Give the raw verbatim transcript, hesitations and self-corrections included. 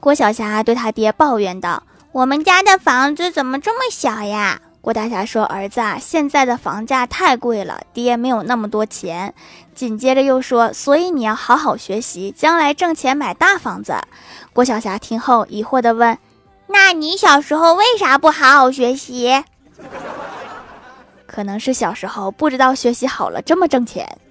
郭晓霞对他爹抱怨道：我们家的房子怎么这么小呀？郭大侠说：儿子啊，现在的房价太贵了，爹没有那么多钱。紧接着又说：所以你要好好学习，将来挣钱买大房子。郭晓霞听后疑惑地问：那你小时候为啥不好好学习？可能是小时候不知道学习好了这么挣钱。